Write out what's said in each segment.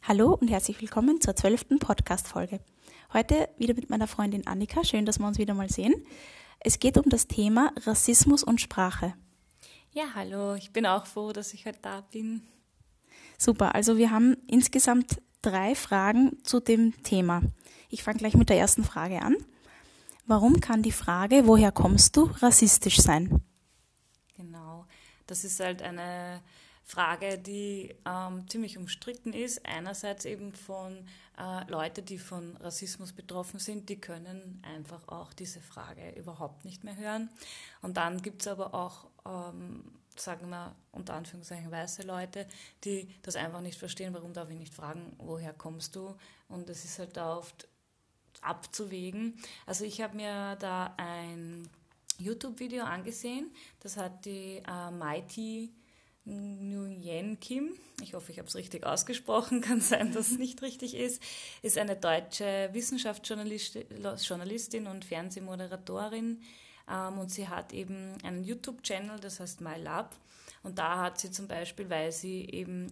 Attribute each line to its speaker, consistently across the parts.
Speaker 1: Hallo und herzlich willkommen zur 12. Podcast-Folge. Heute wieder mit meiner Freundin Annika. Schön, dass wir uns wieder mal sehen. Es geht um das Thema Rassismus und Sprache.
Speaker 2: Ja, hallo, ich bin auch froh, dass ich heute da bin.
Speaker 1: Super, also wir haben insgesamt 3 Fragen zu dem Thema. Ich fange gleich mit der ersten Frage an. Warum kann die Frage, woher kommst du, rassistisch sein?
Speaker 2: Genau, das ist halt eine Frage, die ziemlich umstritten ist. Einerseits eben von Leuten, die von Rassismus betroffen sind, die können einfach auch diese Frage überhaupt nicht mehr hören. Und dann gibt es aber auch, sagen wir unter Anführungszeichen, weiße Leute, die das einfach nicht verstehen, warum darf ich nicht fragen, woher kommst du? Und es ist halt da oft abzuwägen. Also ich habe mir da ein YouTube-Video angesehen, das hat die Mighty Nguyen Kim, ich hoffe, ich habe es richtig ausgesprochen, kann sein, dass es nicht richtig ist eine deutsche Wissenschaftsjournalistin und Fernsehmoderatorin und sie hat eben einen YouTube-Channel, das heißt MyLab und da hat sie zum Beispiel, weil sie eben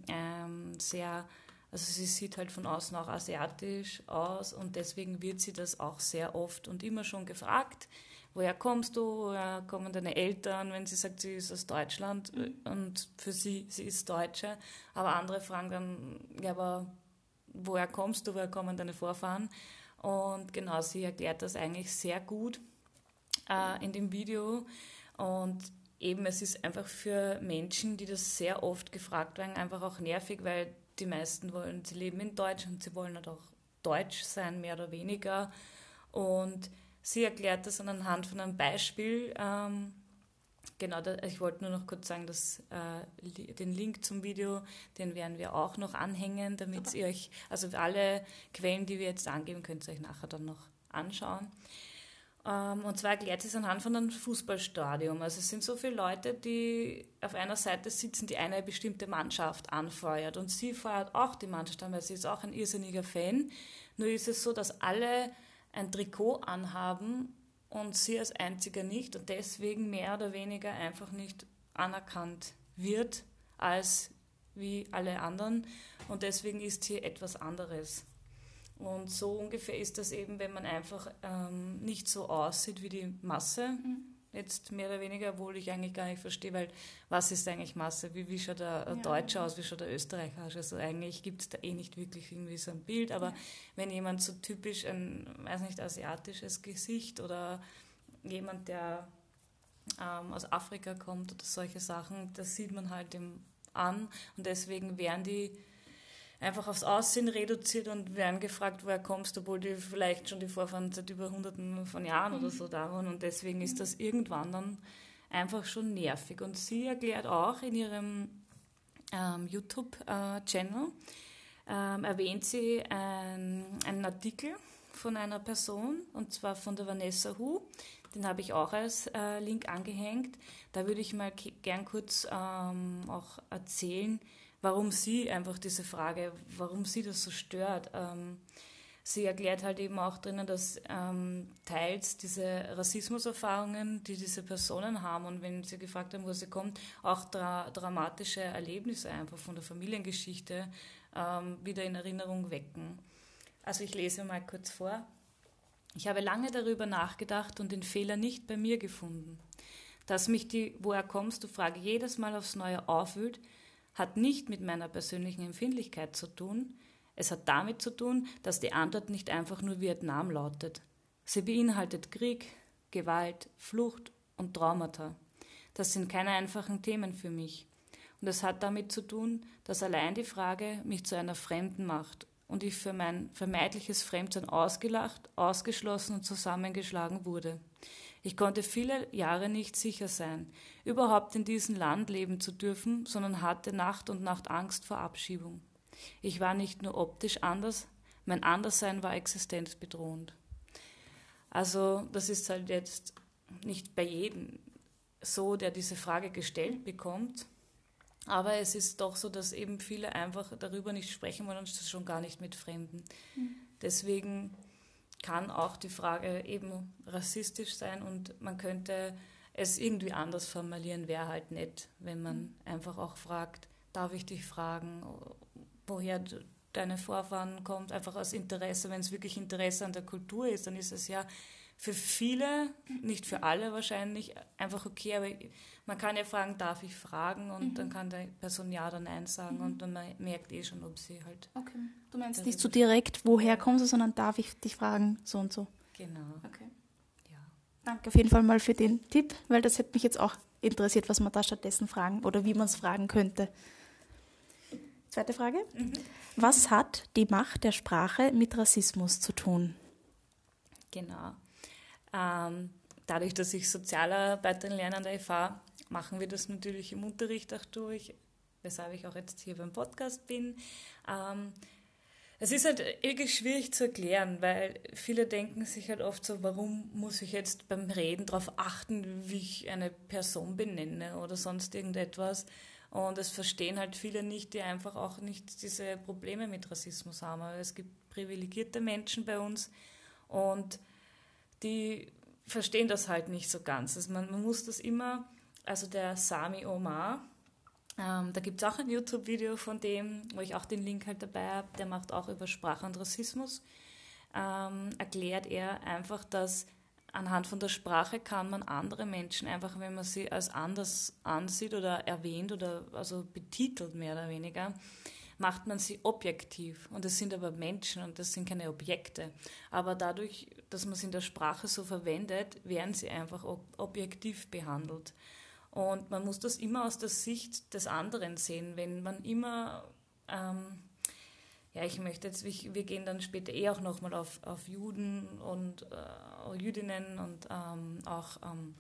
Speaker 2: also sie sieht halt von außen auch asiatisch aus und deswegen wird sie das auch sehr oft und immer schon gefragt, woher kommst du, woher kommen deine Eltern, wenn sie sagt, sie ist aus Deutschland und für sie ist Deutsche, aber andere fragen dann, ja, aber woher kommst du, woher kommen deine Vorfahren? Und genau, sie erklärt das eigentlich sehr gut in dem Video und eben es ist einfach für Menschen, die das sehr oft gefragt werden, einfach auch nervig, weil die meisten wollen, sie leben in Deutschland, sie wollen halt auch deutsch sein, mehr oder weniger und sie erklärt das anhand von einem Beispiel. Ich wollte nur noch kurz sagen, dass den Link zum Video, den werden wir auch noch anhängen, damit ihr euch, also alle Quellen, die wir jetzt angeben, könnt ihr euch nachher dann noch anschauen. Und zwar erklärt sie es anhand von einem Fußballstadion. Also es sind so viele Leute, die auf einer Seite sitzen, die eine bestimmte Mannschaft anfeuert. Und sie feuert auch die Mannschaft an, weil sie ist auch ein irrsinniger Fan. Nur ist es so, dass alle ein Trikot anhaben und sie als einziger nicht und deswegen mehr oder weniger einfach nicht anerkannt wird als wie alle anderen und deswegen ist hier etwas anderes. Und so ungefähr ist das eben, wenn man einfach nicht so aussieht wie die Masse, jetzt mehr oder weniger, obwohl ich eigentlich gar nicht verstehe, weil was ist eigentlich Masse? Wie schaut der Deutsche aus, wie schaut der Österreicher aus? Also eigentlich gibt es da eh nicht wirklich irgendwie so ein Bild, aber wenn jemand so typisch ein, weiß nicht, asiatisches Gesicht oder jemand, der aus Afrika kommt oder solche Sachen, das sieht man halt dem an und deswegen werden die einfach aufs Aussehen reduziert und werden gefragt, woher kommst du, obwohl die vielleicht schon die Vorfahren seit über Hunderten von Jahren oder so da waren und deswegen ist das irgendwann dann einfach schon nervig. Und sie erklärt auch in ihrem YouTube-Channel, erwähnt sie einen Artikel von einer Person und zwar von der Vanessa Hu, den habe ich auch als Link angehängt. Da würde ich mal gern kurz auch erzählen, warum sie einfach diese Frage, warum sie das so stört. Sie erklärt halt eben auch drinnen, dass teils diese Rassismuserfahrungen, die diese Personen haben und wenn sie gefragt haben, wo sie kommt, auch dramatische Erlebnisse einfach von der Familiengeschichte wieder in Erinnerung wecken. Also ich lese mal kurz vor. Ich habe lange darüber nachgedacht und den Fehler nicht bei mir gefunden. Dass mich die Woher kommst du Frage jedes Mal aufs Neue aufwühlt, hat nicht mit meiner persönlichen Empfindlichkeit zu tun. Es hat damit zu tun, dass die Antwort nicht einfach nur Vietnam lautet. Sie beinhaltet Krieg, Gewalt, Flucht und Traumata. Das sind keine einfachen Themen für mich. Und es hat damit zu tun, dass allein die Frage mich zu einer Fremden macht und ich für mein vermeintliches Fremdsein ausgelacht, ausgeschlossen und zusammengeschlagen wurde. Ich konnte viele Jahre nicht sicher sein, überhaupt in diesem Land leben zu dürfen, sondern hatte Nacht und Nacht Angst vor Abschiebung. Ich war nicht nur optisch anders, mein Anderssein war existenzbedrohend. Also das ist halt jetzt nicht bei jedem so, der diese Frage gestellt bekommt, aber es ist doch so, dass eben viele einfach darüber nicht sprechen wollen und schon gar nicht mit Fremden. Deswegen kann auch die Frage eben rassistisch sein und man könnte es irgendwie anders formulieren, wäre halt nett, wenn man einfach auch fragt, darf ich dich fragen, woher deine Vorfahren kommt, einfach aus Interesse. Wenn es wirklich Interesse an der Kultur ist, dann ist es ja für viele, nicht für alle wahrscheinlich, einfach okay, aber man kann ja fragen, darf ich fragen? Und dann kann die Person ja oder nein sagen und dann merkt schon, ob sie halt...
Speaker 1: Okay. Du meinst nicht so direkt, woher kommst du, sondern darf ich dich fragen, so und so.
Speaker 2: Genau.
Speaker 1: Okay.
Speaker 2: Ja.
Speaker 1: Danke auf jeden Fall mal für den Tipp, weil das hätte mich jetzt auch interessiert, was man da stattdessen fragen oder wie man es fragen könnte. Zweite Frage. Was hat die Macht der Sprache mit Rassismus zu tun?
Speaker 2: Genau. Dadurch, dass ich Sozialarbeiterin lerne an der FH, machen wir das natürlich im Unterricht auch durch, weshalb ich auch jetzt hier beim Podcast bin. Es ist halt wirklich schwierig zu erklären, weil viele denken sich halt oft so, warum muss ich jetzt beim Reden darauf achten, wie ich eine Person benenne oder sonst irgendetwas. Und es verstehen halt viele nicht, die einfach auch nicht diese Probleme mit Rassismus haben. Aber es gibt privilegierte Menschen bei uns und die verstehen das halt nicht so ganz. Also man muss das immer, also der Sami Omar, da gibt es auch ein YouTube-Video von dem, wo ich auch den Link halt dabei habe, der macht auch über Sprache und Rassismus, erklärt er einfach, dass anhand von der Sprache kann man andere Menschen einfach, wenn man sie als anders ansieht oder erwähnt oder also betitelt mehr oder weniger, macht man sie objektiv. Und das sind aber Menschen und das sind keine Objekte. Aber dadurch, dass man sie in der Sprache so verwendet, werden sie einfach objektiv behandelt. Und man muss das immer aus der Sicht des anderen sehen. Wenn man immer, ich möchte jetzt, wir gehen dann später auch nochmal auf Juden und Jüdinnen und auch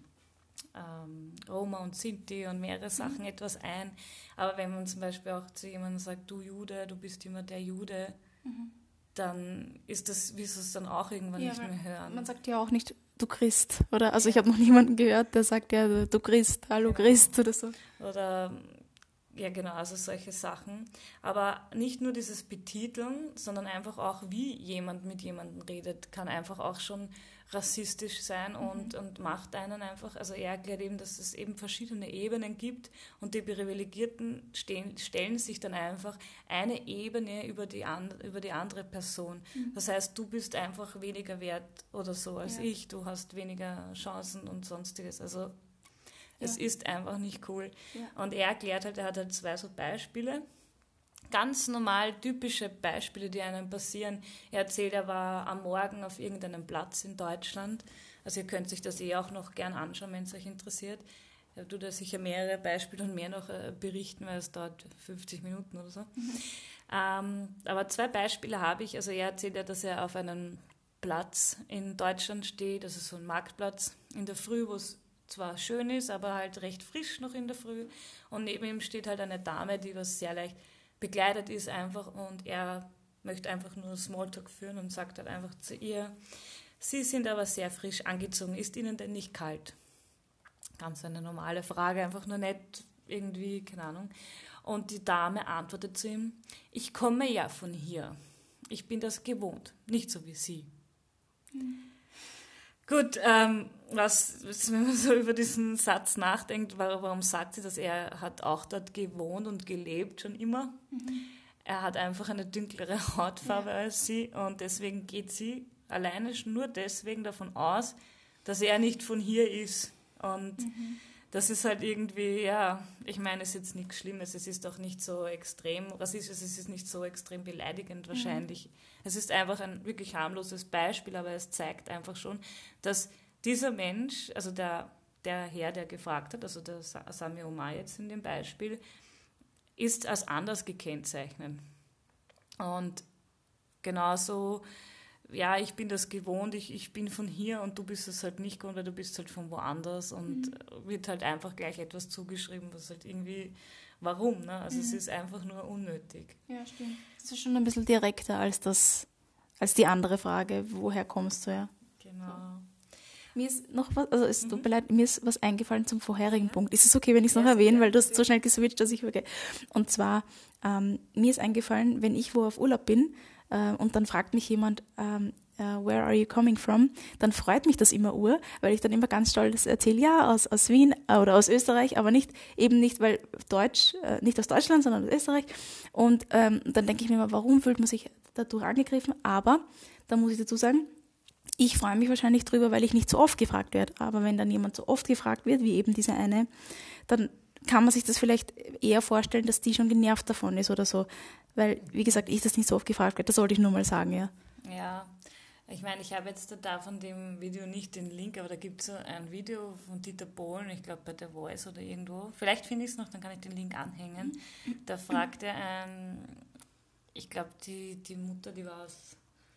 Speaker 2: Roma und Sinti und mehrere Sachen etwas ein. Aber wenn man zum Beispiel auch zu jemandem sagt, du Jude, du bist immer der Jude, dann ist das, wirst du es dann auch irgendwann nicht mehr hören.
Speaker 1: Man sagt ja auch nicht, du Christ, oder? Also ich habe noch niemanden gehört, der sagt ja, du Christ, hallo genau. Christ oder so.
Speaker 2: Oder, ja genau, also solche Sachen. Aber nicht nur dieses Betiteln, sondern einfach auch, wie jemand mit jemandem redet, kann einfach auch schon rassistisch sein und macht einen einfach, also er erklärt eben, dass es eben verschiedene Ebenen gibt und die Privilegierten stellen sich dann einfach eine Ebene über die andere Person. Das heißt, du bist einfach weniger wert oder so als ich, du hast weniger Chancen und sonstiges. Also es ist einfach nicht cool. Ja. Und er erklärt halt, er hat halt 2 so Beispiele, ganz normal typische Beispiele, die einem passieren. Er erzählt, er war am Morgen auf irgendeinem Platz in Deutschland. Also ihr könnt sich das auch noch gern anschauen, wenn es euch interessiert. Er tut da sicher mehrere Beispiele und mehr noch berichten, weil es dauert 50 Minuten oder so. Aber 2 Beispiele habe ich. Also er erzählt ja, dass er auf einem Platz in Deutschland steht, also so ein Marktplatz in der Früh, wo es zwar schön ist, aber halt recht frisch noch in der Früh. Und neben ihm steht halt eine Dame, die was sehr leicht bekleidet ist einfach und er möchte einfach nur Smalltalk führen und sagt halt einfach zu ihr, Sie sind aber sehr frisch angezogen, ist Ihnen denn nicht kalt? Ganz eine normale Frage, einfach nur nicht irgendwie, keine Ahnung. Und die Dame antwortet zu ihm, ich komme ja von hier, ich bin das gewohnt, nicht so wie Sie. Gut, wenn man so über diesen Satz nachdenkt, warum sagt sie das? Er hat auch dort gewohnt und gelebt, schon immer. Er hat einfach eine dunklere Hautfarbe als sie und deswegen geht sie alleine nur deswegen davon aus, dass er nicht von hier ist. Und das ist halt irgendwie, ich meine, es ist jetzt nichts Schlimmes, es ist auch nicht so extrem rassistisch, es ist nicht so extrem beleidigend wahrscheinlich. Es ist einfach ein wirklich harmloses Beispiel, aber es zeigt einfach schon, dass dieser Mensch, also der Herr, der gefragt hat, also der Sami Omar jetzt in dem Beispiel, ist als anders gekennzeichnet. Und genauso, ich bin das gewohnt, ich bin von hier und du bist es halt nicht gewohnt, weil du bist halt von woanders und wird halt einfach gleich etwas zugeschrieben, was halt irgendwie, warum, ne? Also es ist einfach nur unnötig. Ja, stimmt. Das ist schon ein bisschen direkter als die andere Frage, woher kommst du, ja. Genau.
Speaker 1: Mir ist noch was, also es tut mir leid, mir ist was eingefallen zum vorherigen Punkt. Ist es okay, wenn ich es noch erwähne, weil du hast so schnell geswitcht, dass ich vergesse. Und zwar, mir ist eingefallen, wenn ich wo auf Urlaub bin und dann fragt mich jemand, where are you coming from, dann freut mich das immer weil ich dann immer ganz stolz erzähle, ja, aus Wien oder aus Österreich, aber nicht, weil nicht aus Deutschland, sondern aus Österreich. Und dann denke ich mir immer, warum fühlt man sich dadurch angegriffen? Aber da muss ich dazu sagen, ich freue mich wahrscheinlich drüber, weil ich nicht so oft gefragt werde. Aber wenn dann jemand so oft gefragt wird, wie eben diese eine, dann kann man sich das vielleicht eher vorstellen, dass die schon genervt davon ist oder so. Weil, wie gesagt, ich das nicht so oft gefragt werde. Das sollte ich nur mal sagen, ja.
Speaker 2: Ja, ich meine, ich habe jetzt da von dem Video nicht den Link, aber da gibt es so ein Video von Dieter Bohlen, ich glaube bei The Voice oder irgendwo. Vielleicht finde ich es noch, dann kann ich den Link anhängen. Da fragt er ich glaube, die Mutter, die war aus,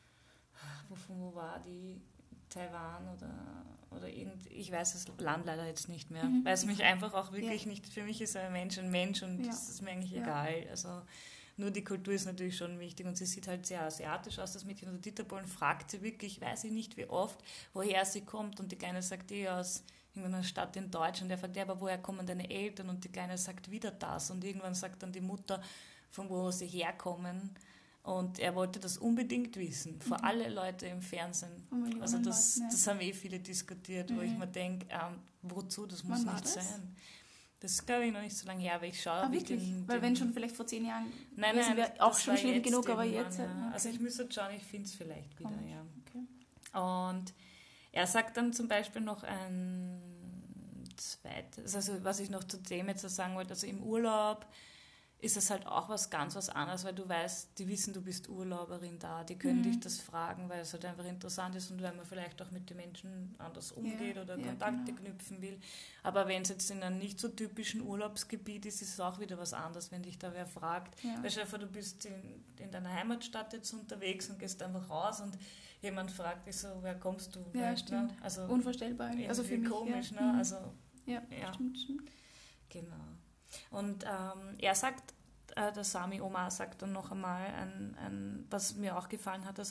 Speaker 2: wo war die? Taiwan oder ich weiß das Land leider jetzt nicht mehr, weil es mich einfach auch wirklich nicht, für mich ist ein Mensch und das ist mir eigentlich egal. Also nur die Kultur ist natürlich schon wichtig und sie sieht halt sehr asiatisch aus, das Mädchen. Und Dieter Bohlen fragt sie wirklich, weiß ich nicht wie oft, woher sie kommt und die Kleine sagt, aus irgendeiner Stadt in Deutschland. Der fragt, aber woher kommen deine Eltern? Und die Kleine sagt wieder das und irgendwann sagt dann die Mutter, von wo sie herkommen. Und er wollte das unbedingt wissen, vor alle Leute im Fernsehen. Also das haben viele diskutiert, wo ich mir denke, wozu, das muss nicht sein. Das ist, glaube ich, noch nicht so lange her, aber ich schaue...
Speaker 1: wirklich? Weil wenn schon vielleicht vor 10 Jahren...
Speaker 2: Nein,
Speaker 1: wäre auch schon schlimm genug, aber jetzt...
Speaker 2: Ja. Okay. Also ich müsste schauen, ich finde es vielleicht wieder, ja. Okay. Und er sagt dann zum Beispiel noch ein zweites, also was ich noch zu dem jetzt sagen wollte, also im Urlaub ist es halt auch was anderes, weil du weißt, die wissen, du bist Urlauberin da, die können dich das fragen, weil es halt einfach interessant ist und weil man vielleicht auch mit den Menschen anders umgeht oder Kontakte knüpfen will. Aber wenn es jetzt in einem nicht so typischen Urlaubsgebiet ist, ist es auch wieder was anderes, wenn dich da wer fragt. Weil stell dir vor, du bist in deiner Heimatstadt jetzt unterwegs und gehst einfach raus und jemand fragt dich so, wer kommst du?
Speaker 1: Ja, stimmt.
Speaker 2: Ne? Also
Speaker 1: unvorstellbar. Also für mich.
Speaker 2: Komisch, ne? Also,
Speaker 1: Stimmt.
Speaker 2: Genau. Und er sagt, der Sami Omar sagt dann noch einmal, was mir auch gefallen hat, das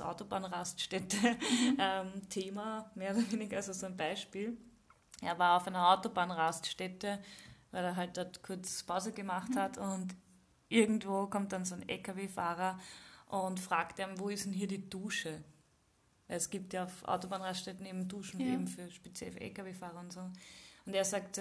Speaker 2: Autobahnraststätte-Thema, mehr oder weniger, also so ein Beispiel. Er war auf einer Autobahnraststätte, weil er halt dort kurz Pause gemacht hat und irgendwo kommt dann so ein LKW-Fahrer und fragt ihn, wo ist denn hier die Dusche? Es gibt ja auf Autobahnraststätten eben Duschen, eben speziell für LKW-Fahrer und so. Und er sagt,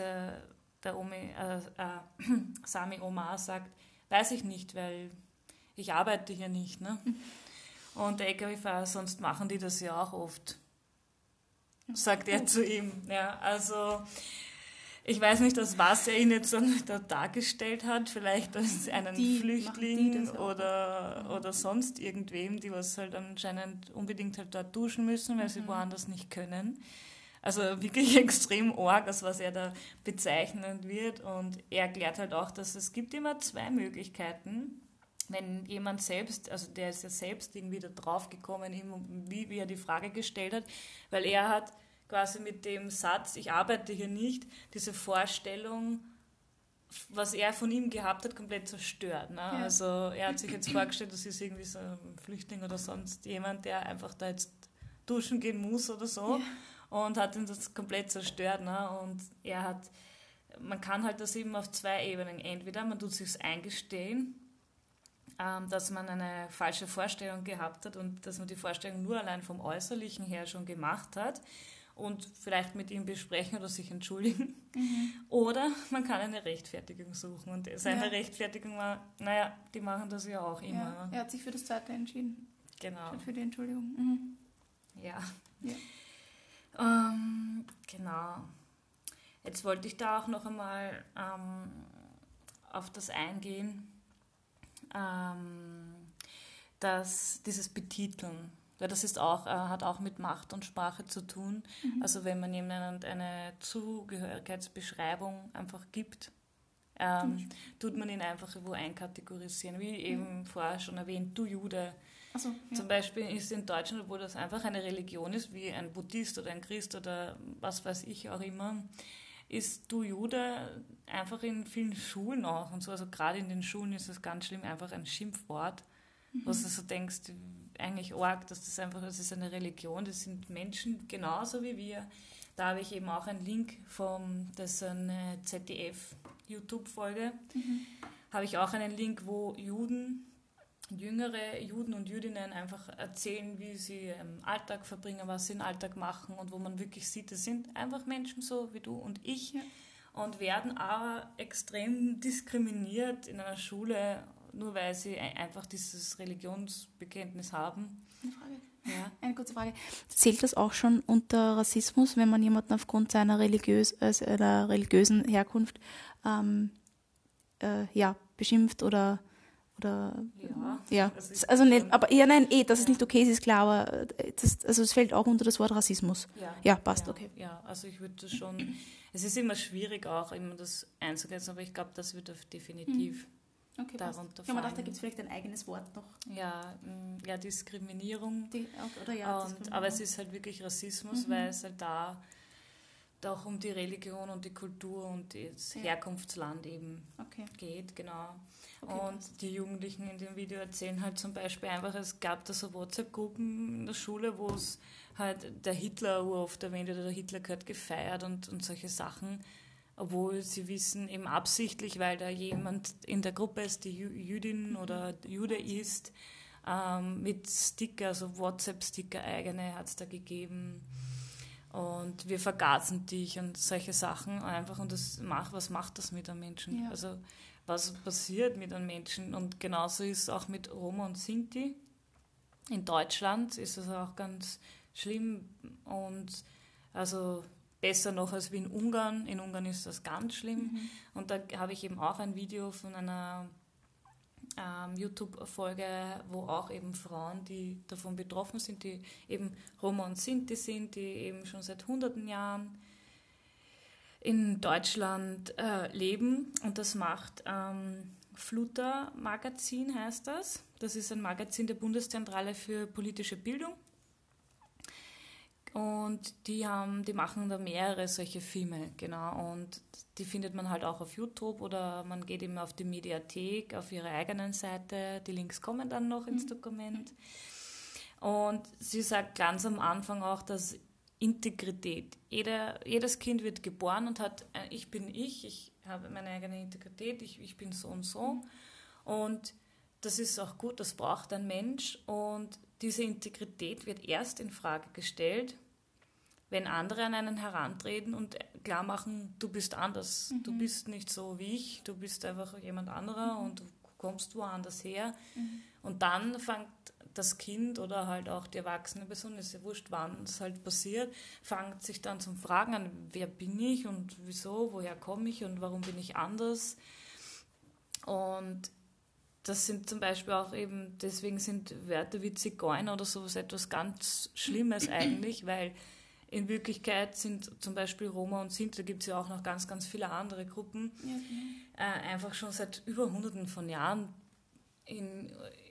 Speaker 2: Sami Omar sagt, weiß ich nicht, weil ich arbeite hier nicht. Ne? Und der LKW-Fahrer, sonst machen die das ja auch oft, sagt er zu ihm. Ja, also ich weiß nicht, was er ihn jetzt da dargestellt hat, vielleicht als einen Flüchtling oder sonst irgendwem, die was halt anscheinend unbedingt halt dort duschen müssen, weil sie woanders nicht können. Also wirklich extrem arg, als was er da bezeichnen wird. Und er erklärt halt auch, dass es gibt immer 2 Möglichkeiten, wenn jemand selbst, also der ist ja selbst irgendwie da drauf gekommen, wie er die Frage gestellt hat, weil er hat quasi mit dem Satz, ich arbeite hier nicht, diese Vorstellung, was er von ihm gehabt hat, komplett zerstört. Ne? Ja. Also er hat sich jetzt vorgestellt, das ist irgendwie so ein Flüchtling oder sonst jemand, der einfach da jetzt duschen gehen muss oder so. Ja. Und hat ihn das komplett zerstört. Ne? Und man kann halt das eben auf 2 Ebenen. Entweder man tut sich eingestehen, dass man eine falsche Vorstellung gehabt hat und dass man die Vorstellung nur allein vom Äußerlichen her schon gemacht hat und vielleicht mit ihm besprechen oder sich entschuldigen. Oder man kann eine Rechtfertigung suchen. Und seine Rechtfertigung war, die machen das ja auch immer.
Speaker 1: Ja. Er hat sich für das Zweite entschieden.
Speaker 2: Genau.
Speaker 1: Statt für die Entschuldigung.
Speaker 2: Ja. Genau. Jetzt wollte ich da auch noch einmal auf das eingehen, dass dieses Betiteln, weil das ist auch, hat auch mit Macht und Sprache zu tun. Also wenn man jemandem eine Zugehörigkeitsbeschreibung einfach gibt, tut man ihn einfach wo einkategorisieren, wie eben vorher schon erwähnt, du Jude.
Speaker 1: So,
Speaker 2: Zum Beispiel ist in Deutschland, wo das einfach eine Religion ist, wie ein Buddhist oder ein Christ oder was weiß ich auch immer, ist du Jude einfach in vielen Schulen auch und so. Also gerade in den Schulen ist es ganz schlimm, einfach ein Schimpfwort, was du so denkst, eigentlich arg, dass das ist eine Religion, das sind Menschen genauso wie wir. Da habe ich eben auch einen Link das ist eine ZDF-YouTube-Folge, habe ich auch einen Link, wo Juden jüngere Juden und Jüdinnen einfach erzählen, wie sie im Alltag verbringen, was sie im Alltag machen und wo man wirklich sieht, das sind einfach Menschen so wie du und ich und werden aber extrem diskriminiert in einer Schule, nur weil sie einfach dieses Religionsbekenntnis haben.
Speaker 1: Eine Frage.
Speaker 2: Ja.
Speaker 1: Eine kurze Frage. Zählt das auch schon unter Rassismus, wenn man jemanden aufgrund seiner religiösen Herkunft beschimpft oder
Speaker 2: Ja.
Speaker 1: Also nicht, aber das ist nicht okay, es ist klar, aber es fällt auch unter das Wort Rassismus. Ja, passt, okay.
Speaker 2: Ja, also ich würde das schon, es ist immer schwierig auch, immer das einzugrenzen, aber ich glaube, das wird definitiv darunter fallen.
Speaker 1: Ja, man dachte, da gibt es vielleicht ein eigenes Wort noch.
Speaker 2: Ja, Diskriminierung.
Speaker 1: Diskriminierung.
Speaker 2: Aber es ist halt wirklich Rassismus, weil es halt da auch um die Religion und die Kultur und das Herkunftsland eben geht, genau.
Speaker 1: Okay,
Speaker 2: und die Jugendlichen in dem Video erzählen halt zum Beispiel einfach, es gab da so WhatsApp-Gruppen in der Schule, wo es halt der Hitler oft erwähnt wird, oder der Hitler gehört gefeiert und solche Sachen, obwohl sie wissen, eben absichtlich, weil da jemand in der Gruppe ist, die Jüdin oder Jude ist, mit Sticker, also WhatsApp-Sticker eigene hat es da gegeben. Und wir vergaßen dich und solche Sachen einfach. Und was macht das mit einem Menschen?
Speaker 1: Ja.
Speaker 2: Also was passiert mit einem Menschen? Und genauso ist es auch mit Roma und Sinti. In Deutschland ist es auch ganz schlimm und also besser noch als wie in Ungarn. In Ungarn ist das ganz schlimm. Und da habe ich eben auch ein Video von einer YouTube-Folge, wo auch eben Frauen, die davon betroffen sind, die eben Roma und Sinti sind, die eben schon seit hunderten Jahren in Deutschland leben. Und das macht Fluter Magazin, heißt das. Das ist ein Magazin der Bundeszentrale für politische Bildung. Und die machen da mehrere solche Filme, genau. Und die findet man halt auch auf YouTube oder man geht eben auf die Mediathek, auf ihre eigenen Seite. Die Links kommen dann noch ins Dokument. Und sie sagt ganz am Anfang auch, dass Integrität. Jedes Kind wird geboren und hat, ich bin ich habe meine eigene Integrität, ich bin so und so. Und das ist auch gut, das braucht ein Mensch. Und diese Integrität wird erst in Frage gestellt, wenn andere an einen herantreten und klar machen, du bist anders, du bist nicht so wie ich, du bist einfach jemand anderer und du kommst woanders her. Und dann fängt das Kind oder halt auch die erwachsene Person, ist ja wurscht, wann es halt passiert, fängt sich dann zum Fragen an, wer bin ich und wieso, woher komme ich und warum bin ich anders. Und das sind zum Beispiel auch eben, deswegen sind Wörter wie Zigeuner oder sowas etwas ganz Schlimmes eigentlich, weil in Wirklichkeit sind zum Beispiel Roma und Sinti, da gibt es ja auch noch ganz, ganz viele andere Gruppen, einfach schon seit über Hunderten von Jahren in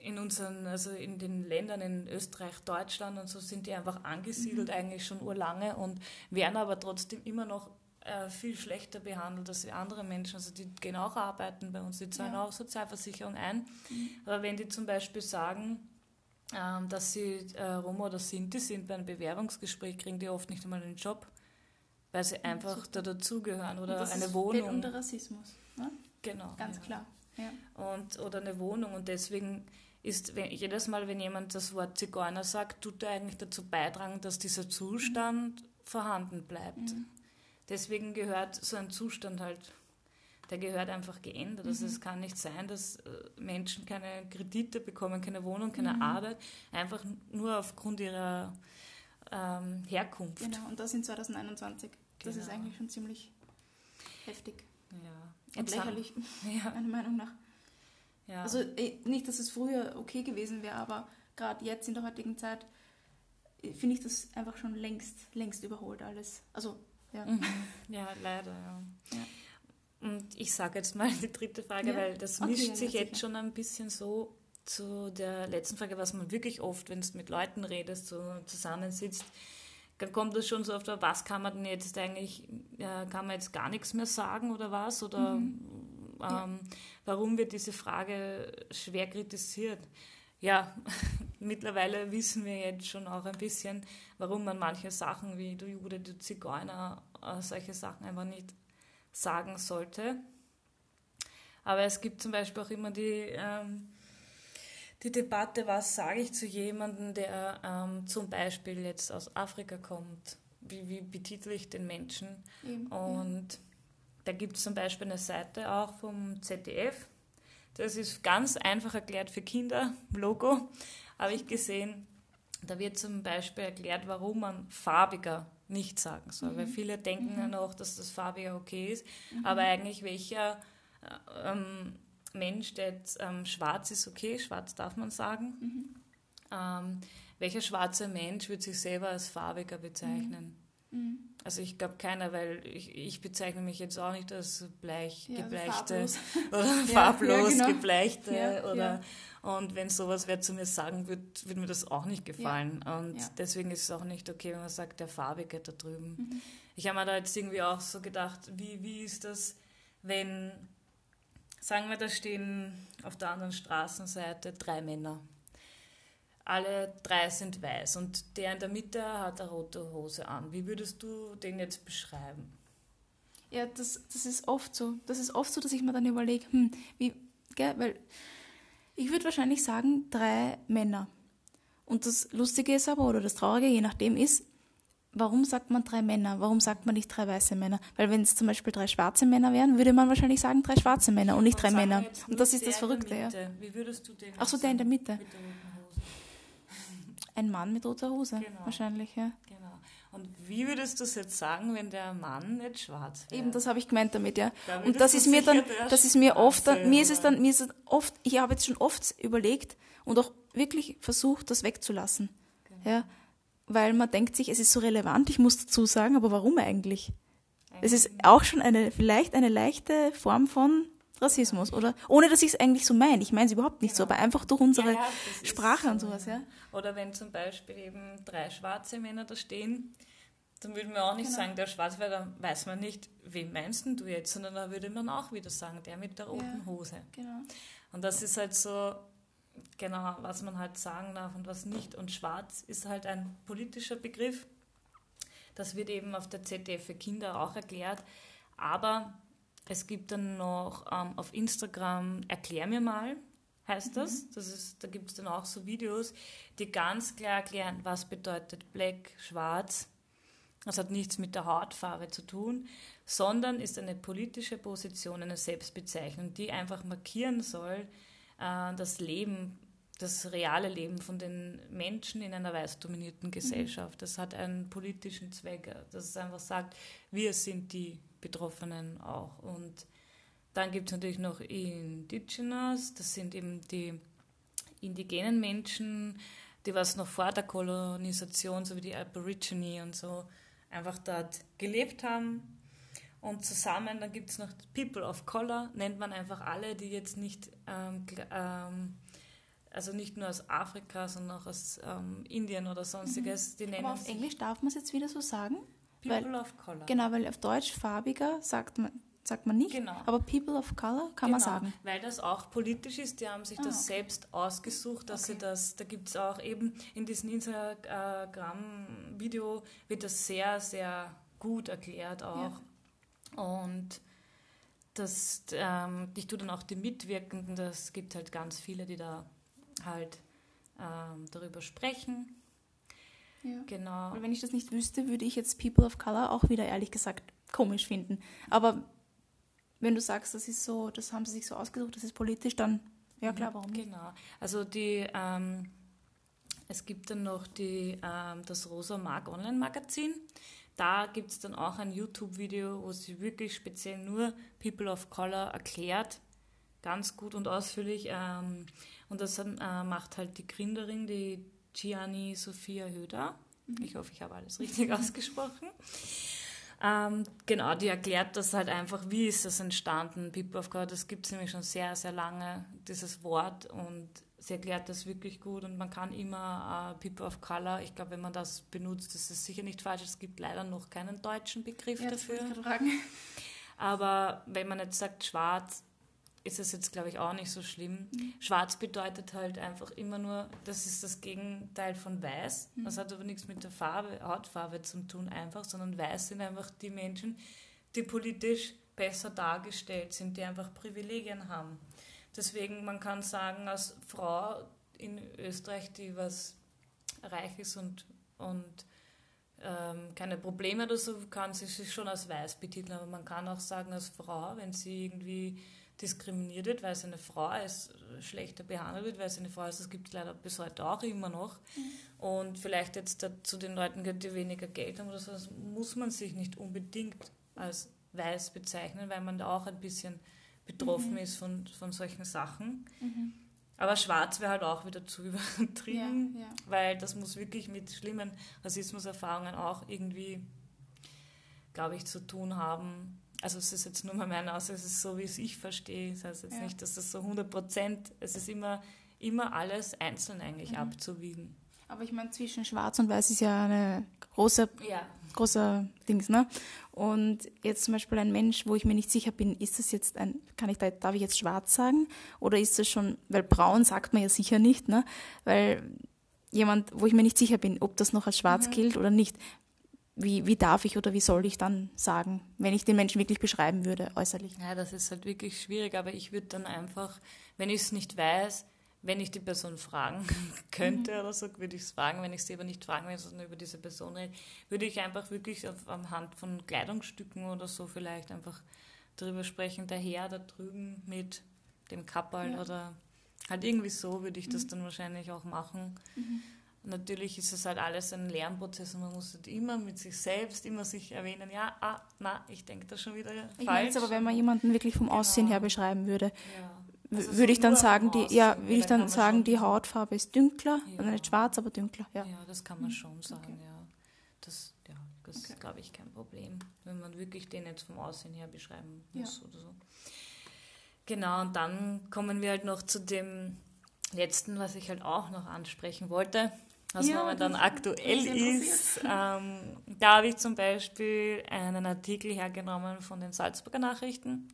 Speaker 2: den Ländern in Österreich, Deutschland und so sind die einfach angesiedelt, eigentlich schon urlange und werden aber trotzdem immer noch viel schlechter behandelt als andere Menschen. Also die gehen auch arbeiten bei uns, die zahlen auch Sozialversicherung ein. Aber wenn die zum Beispiel sagen, dass sie Roma oder Sinti sind bei einem Bewerbungsgespräch, kriegen die oft nicht einmal einen Job, weil sie einfach da dazugehören oder
Speaker 1: das
Speaker 2: eine
Speaker 1: ist
Speaker 2: Wohnung.
Speaker 1: unter Rassismus, ne?
Speaker 2: Genau.
Speaker 1: Ganz klar. Ja.
Speaker 2: Oder eine Wohnung und deswegen ist jedes Mal, wenn jemand das Wort Zigeuner sagt, tut er eigentlich dazu beitragen, dass dieser Zustand vorhanden bleibt. Deswegen gehört so ein Zustand halt, der gehört einfach geändert. Also es kann nicht sein, dass Menschen keine Kredite bekommen, keine Wohnung, keine Arbeit, einfach nur aufgrund ihrer Herkunft.
Speaker 1: Genau, und das in 2021. Das
Speaker 2: Genau.
Speaker 1: ist eigentlich schon ziemlich heftig.
Speaker 2: Ja.
Speaker 1: Und lächerlich, meiner Meinung nach.
Speaker 2: Ja.
Speaker 1: Also nicht, dass es früher okay gewesen wäre, aber gerade jetzt in der heutigen Zeit finde ich das einfach schon längst überholt alles. Also, ja.
Speaker 2: Ja, leider, ja. Und ich sage jetzt mal die dritte Frage, weil das mischt sich jetzt schon ein bisschen so zu der letzten Frage, was man wirklich oft, wenn du mit Leuten redest, so zusammensitzt, dann kommt das schon so oft, was kann man denn jetzt eigentlich, kann man jetzt gar nichts mehr sagen oder was? Oder warum wird diese Frage schwer kritisiert? Ja, mittlerweile wissen wir jetzt schon auch ein bisschen, warum man manche Sachen wie du Jude, du Zigeuner, solche Sachen einfach nicht sagen sollte. Aber es gibt zum Beispiel auch immer die die Debatte, was sage ich zu jemandem, der zum Beispiel jetzt aus Afrika kommt, wie betitel ich den Menschen? Und da gibt es zum Beispiel eine Seite auch vom ZDF, das ist ganz einfach erklärt für Kinder, Logo, habe ich gesehen. Da wird zum Beispiel erklärt, warum man farbiger nicht sagen soll, weil viele denken ja noch, dass das farbiger okay ist, aber eigentlich welcher Mensch, der jetzt schwarz ist, okay, schwarz darf man sagen, welcher schwarze Mensch wird sich selber als farbiger bezeichnen? Also ich glaube keiner, weil ich bezeichne mich jetzt auch nicht als gebleichte oder farblos
Speaker 1: genau.
Speaker 2: gebleichte und wenn sowas wer zu mir sagen wird mir das auch nicht gefallen und deswegen ist es auch nicht okay, wenn man sagt, der Farbige da drüben. Ich habe mir da jetzt irgendwie auch so gedacht, wie ist das, wenn, sagen wir, da stehen auf der anderen Straßenseite 3 Männer. Alle 3 sind weiß und der in der Mitte hat eine rote Hose an. Wie würdest du den jetzt beschreiben?
Speaker 1: Ja, das ist oft so. Das ist oft so, dass ich mir dann überlege, weil ich würde wahrscheinlich sagen 3 Männer. Und das Lustige ist aber, oder das Traurige, je nachdem ist, warum sagt man 3 Männer? Warum sagt man nicht 3 weiße Männer? Weil wenn es zum Beispiel 3 schwarze Männer wären, würde man wahrscheinlich sagen 3 schwarze Männer und nicht 3 Männer. Und das ist das Verrückte, ja.
Speaker 2: Wie würdest du den?
Speaker 1: Ach so, der in der Mitte.
Speaker 2: Mit der roten Hose.
Speaker 1: Ein Mann mit roter Hose,
Speaker 2: Genau.
Speaker 1: Wahrscheinlich, ja.
Speaker 2: Genau. Und wie würdest du es jetzt sagen, wenn der Mann nicht schwarz wäre?
Speaker 1: Eben, das habe ich gemeint damit, ja.
Speaker 2: Da
Speaker 1: Und das ist mir dann, mir ist es oft, ich habe jetzt schon oft überlegt und auch wirklich versucht, das wegzulassen.
Speaker 2: Genau.
Speaker 1: Ja, weil man denkt sich, es ist so relevant, ich muss dazu sagen, aber warum eigentlich? Es ist auch schon vielleicht eine leichte Form von Rassismus, oder? Ohne, dass ich es eigentlich so meine. Ich meine es überhaupt nicht so, aber einfach durch unsere Sprache und sowas, ja.
Speaker 2: Oder wenn zum Beispiel eben 3 schwarze Männer da stehen, dann würde man auch nicht sagen, der schwarz, weil dann weiß man nicht, wen meinst du jetzt, sondern da würde man auch wieder sagen, der mit der roten Hose.
Speaker 1: Genau.
Speaker 2: Und das ist halt so, genau, was man halt sagen darf und was nicht. Und schwarz ist halt ein politischer Begriff. Das wird eben auf der ZDF für Kinder auch erklärt. Aber es gibt dann noch auf Instagram Erklär mir mal, heißt das. Da gibt es dann auch so Videos, die ganz klar erklären, was bedeutet Black, schwarz. Das hat nichts mit der Hautfarbe zu tun, sondern ist eine politische Position, eine Selbstbezeichnung, die einfach markieren soll, das Leben, das reale Leben von den Menschen in einer weiß dominierten Gesellschaft. Das hat einen politischen Zweck, dass es einfach sagt, wir sind die Betroffenen auch. Und dann gibt es natürlich noch Indigenous, das sind eben die indigenen Menschen, die was noch vor der Kolonisation, so wie die Aborigine und so, einfach dort gelebt haben. Und zusammen, dann gibt es noch People of Color, nennt man einfach alle, die jetzt nicht, also nicht nur aus Afrika, sondern auch aus Indien oder sonstiges. Die nennen
Speaker 1: Aber auf Englisch darf man es jetzt wieder so sagen?
Speaker 2: People of Color.
Speaker 1: Genau, weil auf Deutsch farbiger sagt man nicht,
Speaker 2: Genau.
Speaker 1: aber People of Color kann man sagen.
Speaker 2: Weil das auch politisch ist, die haben sich das selbst ausgesucht, dass sie das, da gibt es auch eben in diesem Instagram-Video wird das sehr, sehr gut erklärt auch. Ja. Und ich tue dann auch die Mitwirkenden, das gibt halt ganz viele, die da halt darüber sprechen.
Speaker 1: Ja.
Speaker 2: Genau.
Speaker 1: Weil wenn ich das nicht wüsste, würde ich jetzt People of Color auch wieder ehrlich gesagt komisch finden. Aber wenn du sagst, das ist so, das haben sie sich so ausgesucht, das ist politisch, dann ja klar, warum nicht?
Speaker 2: Genau. Also es gibt dann noch das Rosa Mark Online-Magazin. Da gibt es dann auch ein YouTube-Video, wo sie wirklich speziell nur People of Color erklärt, ganz gut und ausführlich. Und das macht halt die Gründerin, die Gianni Sophia Höder. Ich hoffe, ich habe alles richtig ausgesprochen. Genau, die erklärt das halt einfach, wie ist das entstanden, People of Color. Das gibt es nämlich schon sehr, sehr lange, dieses Wort. Und sie erklärt das wirklich gut. Und man kann immer People of Color, ich glaube, wenn man das benutzt, das ist sicher nicht falsch. Es gibt leider noch keinen deutschen Begriff dafür.
Speaker 1: Das wollte ich gerade fragen.
Speaker 2: Aber wenn man jetzt sagt schwarz, ist es jetzt, glaube ich, auch nicht so schlimm. Schwarz bedeutet halt einfach immer nur, das ist das Gegenteil von weiß. Das hat aber nichts mit der Hautfarbe zu tun einfach, sondern weiß sind einfach die Menschen, die politisch besser dargestellt sind, die einfach Privilegien haben. Deswegen, man kann sagen, als Frau in Österreich, die was reich ist und keine Probleme oder so, kann sie sich schon als weiß betiteln, aber man kann auch sagen, als Frau, wenn sie irgendwie diskriminiert wird, weil sie eine Frau ist, schlechter behandelt wird, weil sie eine Frau ist, das gibt es leider bis heute auch immer noch. Und vielleicht jetzt zu den Leuten, die weniger Geld haben oder so, das muss man sich nicht unbedingt als weiß bezeichnen, weil man da auch ein bisschen betroffen ist von solchen Sachen. Aber schwarz wäre halt auch wieder zu übertrieben, weil das muss wirklich mit schlimmen Rassismuserfahrungen auch irgendwie, glaube ich, zu tun haben. Also es ist jetzt nur mal meine Aussage, es ist so, wie es ich verstehe. Das heißt jetzt nicht, dass das so 100%, es ist immer alles einzeln eigentlich abzuwiegen.
Speaker 1: Aber ich meine, zwischen schwarz und weiß ist ja eine großer Dings, ne? Und jetzt zum Beispiel ein Mensch, wo ich mir nicht sicher bin, ist das jetzt darf ich jetzt schwarz sagen? Oder ist das schon, weil braun sagt man ja sicher nicht, ne? Weil jemand, wo ich mir nicht sicher bin, ob das noch als schwarz gilt oder nicht, wie darf ich oder wie soll ich dann sagen, wenn ich den Menschen wirklich beschreiben würde, äußerlich?
Speaker 2: Ja, das ist halt wirklich schwierig, aber ich würde dann einfach, wenn ich es nicht weiß, wenn ich die Person fragen könnte oder so, würde ich es fragen. Wenn ich sie aber nicht fragen will, sondern über diese Person rede, würde ich einfach wirklich anhand von Kleidungsstücken oder so vielleicht einfach darüber sprechen, der Herr da drüben mit dem Kapperl oder halt irgendwie so würde ich das dann wahrscheinlich auch machen. Natürlich ist es halt alles ein Lernprozess und man muss halt immer mit sich selbst immer sich erwähnen, ich denke das schon wieder falsch.
Speaker 1: Ich meine jetzt aber, wenn man jemanden wirklich vom Aussehen her beschreiben würde,
Speaker 2: Also
Speaker 1: würde ich dann sagen,
Speaker 2: die
Speaker 1: die Hautfarbe ist dünkler, also nicht schwarz, aber dünkler. Ja,
Speaker 2: das kann man schon sagen, Das ist, glaube ich, kein Problem, wenn man wirklich den jetzt vom Aussehen her beschreiben muss oder so. Genau, und dann kommen wir halt noch zu dem Letzten, was ich halt auch noch ansprechen wollte, was momentan aktuell ist. Da habe ich zum Beispiel einen Artikel hergenommen von den Salzburger Nachrichten,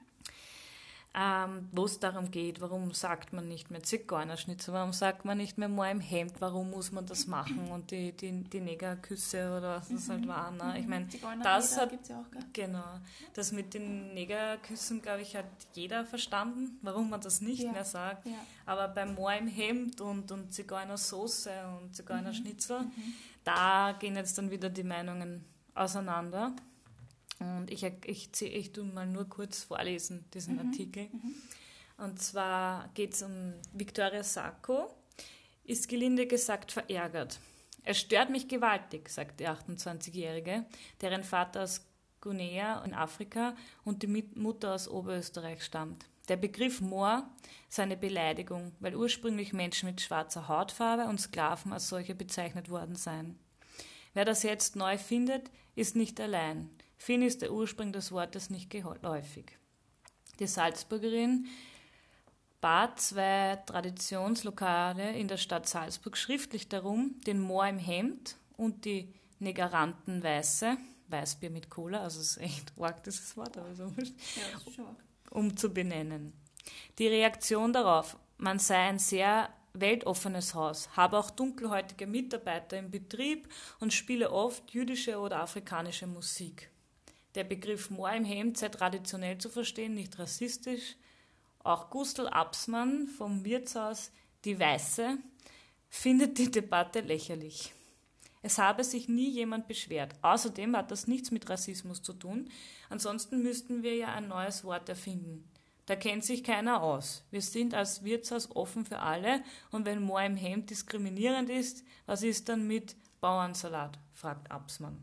Speaker 2: wo es darum geht, warum sagt man nicht mehr Zigeunerschnitzel, warum sagt man nicht mehr Moor im Hemd, warum muss man das machen und die Negerküsse oder was das halt war. Ne? Ich meine, das
Speaker 1: gibt's ja auch, gell?
Speaker 2: Genau, das mit den Negerküssen, glaube ich, hat jeder verstanden, warum man das nicht mehr sagt. Ja. Aber beim Moor im Hemd und Zigeunersoße und Zigeunerschnitzel, da gehen jetzt dann wieder die Meinungen auseinander. Und ich tue mal nur kurz vorlesen, diesen Artikel. Und zwar geht es um Victoria Sacco, ist gelinde gesagt verärgert. Es stört mich gewaltig, sagt die 28-Jährige, deren Vater aus Guinea in Afrika und die Mutter aus Oberösterreich stammt. Der Begriff Moor sei eine Beleidigung, weil ursprünglich Menschen mit schwarzer Hautfarbe und Sklaven als solche bezeichnet worden seien. Wer das jetzt neu findet, ist nicht allein. Vielen ist der Ursprung des Wortes nicht geläufig. Die Salzburgerin bat 2 Traditionslokale in der Stadt Salzburg schriftlich darum, den Moor im Hemd und die Negeranten Weiße, Weißbier mit Cola, also es ist echt arg dieses Wort, aber so umzubenennen. Die Reaktion darauf, man sei ein sehr weltoffenes Haus, habe auch dunkelhäutige Mitarbeiter im Betrieb und spiele oft jüdische oder afrikanische Musik. Der Begriff Moor im Hemd sei traditionell zu verstehen, nicht rassistisch. Auch Gustl Absmann vom Wirtshaus Die Weiße findet die Debatte lächerlich. Es habe sich nie jemand beschwert. Außerdem hat das nichts mit Rassismus zu tun. Ansonsten müssten wir ja ein neues Wort erfinden. Da kennt sich keiner aus. Wir sind als Wirtshaus offen für alle und wenn Moor im Hemd diskriminierend ist, was ist dann mit Bauernsalat? Fragt Absmann.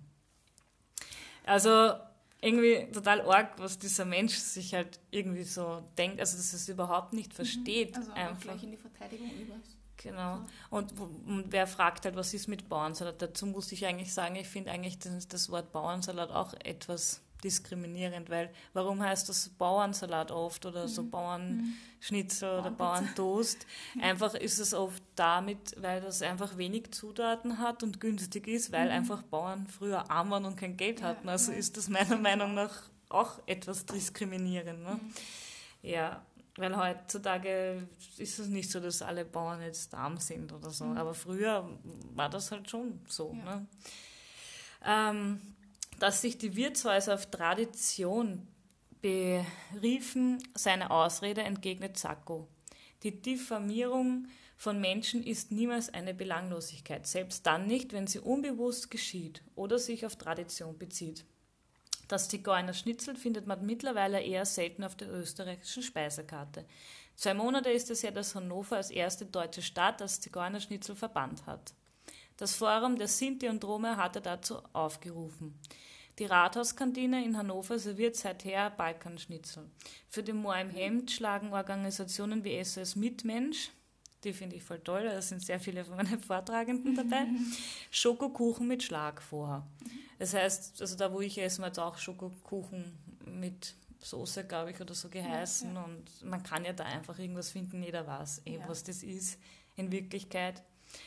Speaker 2: Also irgendwie total arg, was dieser Mensch sich halt irgendwie so denkt, also dass er es überhaupt nicht versteht.
Speaker 1: Also einfach gleich in die Verteidigung über.
Speaker 2: Genau. Und wer fragt halt, was ist mit Bauernsalat? Dazu muss ich eigentlich sagen, ich finde eigentlich das Wort Bauernsalat auch etwas diskriminierend, weil warum heißt das Bauernsalat oft oder so Bauernschnitzel oder Bauerntoast? Einfach ist es oft damit, weil das einfach wenig Zutaten hat und günstig ist, weil einfach Bauern früher arm waren und kein Geld hatten. Also ist das meiner Meinung nach auch etwas diskriminierend. Ne? Ja, weil heutzutage ist es nicht so, dass alle Bauern jetzt arm sind oder so, aber früher war das halt schon so. Ja. Ne? Dass sich die Wirtshäuser auf Tradition beriefen, seine Ausrede, entgegnet Sacco. Die Diffamierung von Menschen ist niemals eine Belanglosigkeit, selbst dann nicht, wenn sie unbewusst geschieht oder sich auf Tradition bezieht. Das Zigeunerschnitzel findet man mittlerweile eher selten auf der österreichischen Speisekarte. 2 Monate ist es her, dass Hannover als erste deutsche Stadt das Zigeunerschnitzel verbannt hat. Das Forum der Sinti und Roma hatte dazu aufgerufen. Die Rathauskantine in Hannover serviert seither Balkanschnitzel. Für den Moor im Hemd schlagen Organisationen wie SOS Mitmensch, die finde ich voll toll, da sind sehr viele von meinen Vortragenden dabei, Schokokuchen mit Schlag vor. Das heißt, also da wo ich esse, hat es auch Schokokuchen mit Soße, glaube ich, oder so geheißen. Und man kann ja da einfach irgendwas finden, jeder weiß was das ist in Wirklichkeit.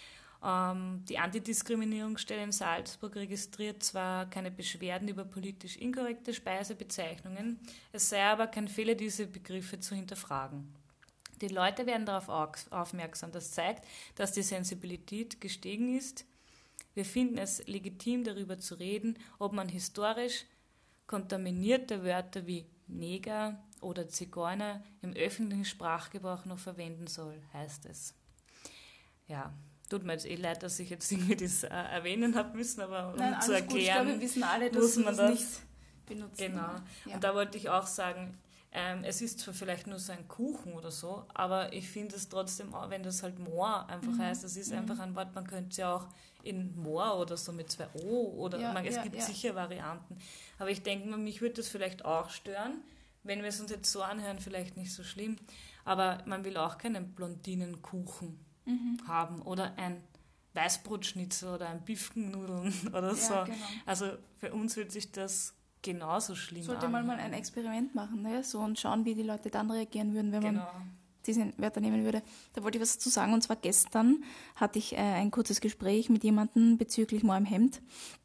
Speaker 2: Die Antidiskriminierungsstelle in Salzburg registriert zwar keine Beschwerden über politisch inkorrekte Speisebezeichnungen, es sei aber kein Fehler, diese Begriffe zu hinterfragen. Die Leute werden darauf aufmerksam. Das zeigt, dass die Sensibilität gestiegen ist. Wir finden es legitim, darüber zu reden, ob man historisch kontaminierte Wörter wie Neger oder Zigeuner im öffentlichen Sprachgebrauch noch verwenden soll, heißt es. Ja, tut mir jetzt leid, dass ich jetzt irgendwie das erwähnen habe müssen, aber um zu erklären, gut. Ich glaube, wir wissen alle, dass man das nicht benutzen. Genau. Ja. Und da wollte ich auch sagen, es ist zwar vielleicht nur so ein Kuchen oder so, aber ich finde es trotzdem, auch wenn das halt Moor einfach heißt, das ist einfach ein Wort, man könnte es ja auch in Moor oder so mit 2 O oder es gibt sicher Varianten. Aber ich denke mal, mich würde das vielleicht auch stören, wenn wir es uns jetzt so anhören, vielleicht nicht so schlimm, aber man will auch keinen Blondinenkuchen haben oder ein Weißbrotschnitzel oder ein Bifkennudeln oder so. Genau. Also für uns wird sich das genauso schlimm
Speaker 1: Sollte man mal ein Experiment machen, ne? So, und schauen, wie die Leute dann reagieren würden, wenn man diese Wörter nehmen würde. Da wollte ich was dazu sagen, und zwar gestern hatte ich ein kurzes Gespräch mit jemandem bezüglich Moor im Hemd,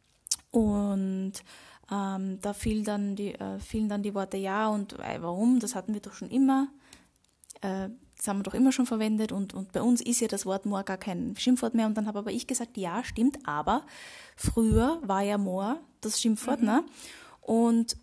Speaker 1: und da fielen dann die Worte ja und warum, das hatten wir doch schon immer, das haben wir doch immer schon verwendet, und bei uns ist ja das Wort Moor gar kein Schimpfwort mehr, und dann habe aber ich gesagt, ja, stimmt, aber früher war ja Moor das Schimpfwort, ne? Und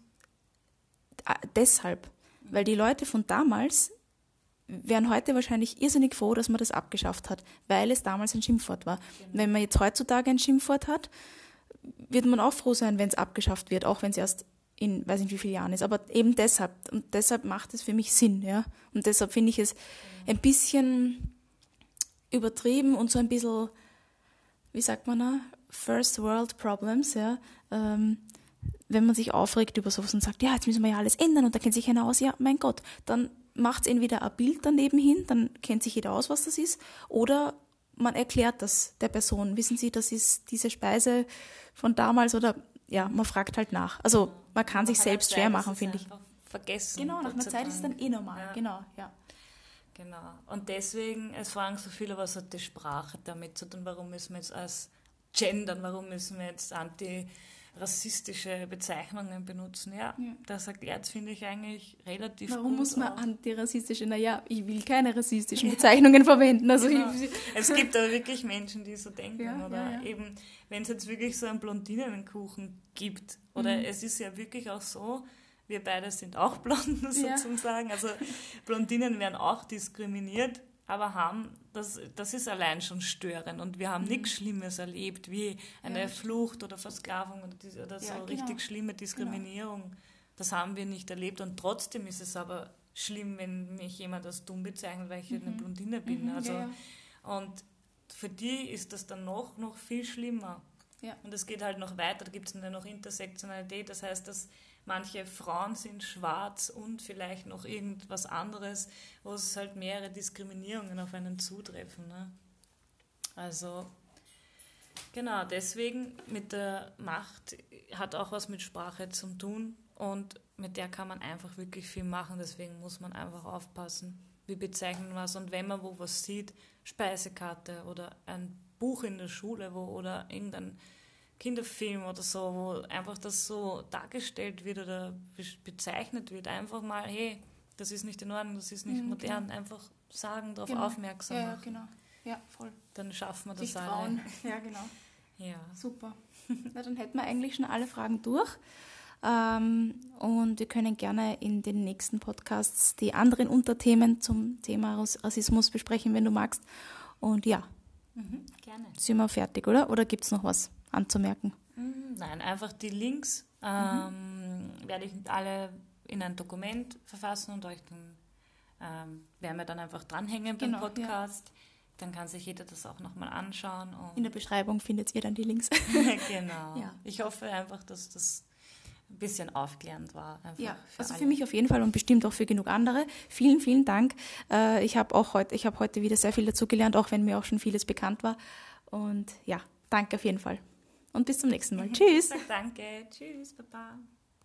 Speaker 1: deshalb, weil die Leute von damals wären heute wahrscheinlich irrsinnig froh, dass man das abgeschafft hat, weil es damals ein Schimpfwort war. Genau. Wenn man jetzt heutzutage ein Schimpfwort hat, wird man auch froh sein, wenn es abgeschafft wird, auch wenn es erst in weiß nicht wie vielen Jahren ist. Aber eben deshalb, und deshalb macht es für mich Sinn, ja. Und deshalb finde ich es ein bisschen übertrieben und so ein bisschen, wie sagt man da, First World Problems, ja. Wenn man sich aufregt über sowas und sagt, ja, jetzt müssen wir ja alles ändern und da kennt sich einer aus, ja, mein Gott, dann macht es entweder ein Bild daneben hin, dann kennt sich jeder aus, was das ist, oder man erklärt das der Person. Wissen Sie, das ist diese Speise von damals, oder ja, man fragt halt nach. Also man kann sich selbst schwer machen, finde ich.
Speaker 2: Vergessen.
Speaker 1: Genau, nach einer Zeit ist es dann normal. Ja. Genau, ja.
Speaker 2: Genau. Und deswegen, es fragen so viele, was hat die Sprache damit zu tun, warum müssen wir jetzt als gendern, warum müssen wir jetzt antirassistische Bezeichnungen benutzen. Ja, das erklärt es, finde ich, eigentlich relativ gut.
Speaker 1: Warum muss man antirassistische? Naja, ich will keine rassistischen Bezeichnungen verwenden. Also
Speaker 2: genau. Es gibt aber wirklich Menschen, die so denken. Oder eben, wenn es jetzt wirklich so einen Blondinenkuchen gibt, oder es ist ja wirklich auch so, wir beide sind auch Blonden sozusagen, also Blondinen werden auch diskriminiert, aber das ist allein schon störend, und wir haben nichts Schlimmes erlebt, wie eine Flucht oder Versklavung oder so richtig schlimme Diskriminierung. Genau. Das haben wir nicht erlebt, und trotzdem ist es aber schlimm, wenn mich jemand als dumm bezeichnet, weil ich eine Blondine bin. Und für die ist das dann noch viel schlimmer. Ja. Und es geht halt noch weiter, da gibt es dann noch Intersektionalität, das heißt, dass manche Frauen sind schwarz und vielleicht noch irgendwas anderes, wo es halt mehrere Diskriminierungen auf einen zutreffen. Ne? Also, genau, deswegen mit der Macht hat auch was mit Sprache zu tun, und mit der kann man einfach wirklich viel machen, deswegen muss man einfach aufpassen, wie bezeichnen wir es. Und wenn man wo was sieht, Speisekarte oder ein Buch in der Schule oder irgendein Kinderfilm oder so, wo einfach das so dargestellt wird oder bezeichnet wird, einfach mal, hey, das ist nicht in Ordnung, das ist nicht modern, einfach sagen, darauf aufmerksam machen.
Speaker 1: Ja, genau. Ja, voll.
Speaker 2: Dann schaffen wir das
Speaker 1: alle. Trauen. Ja, genau. Ja. Super. Na, dann hätten wir eigentlich schon alle Fragen durch. Und wir können gerne in den nächsten Podcasts die anderen Unterthemen zum Thema Rassismus besprechen, wenn du magst. Und ja,
Speaker 2: Gerne.
Speaker 1: sind wir fertig, oder? Oder gibt es noch was anzumerken?
Speaker 2: Nein, einfach die Links werde ich alle in ein Dokument verfassen und euch dann werden wir dann einfach dranhängen beim
Speaker 1: Genau,
Speaker 2: Podcast. Ja. Dann kann sich jeder das auch nochmal anschauen. Und
Speaker 1: in der Beschreibung findet ihr dann die Links.
Speaker 2: Genau.
Speaker 1: Ja.
Speaker 2: Ich hoffe einfach, dass das ein bisschen aufklärend war.
Speaker 1: Ja, für mich auf jeden Fall und bestimmt auch für genug andere. Vielen, vielen Dank. Ich habe heute wieder sehr viel dazugelernt, auch wenn mir auch schon vieles bekannt war. Und ja, danke auf jeden Fall. Und bis zum nächsten Mal. Tschüss.
Speaker 2: Danke. Tschüss, Baba.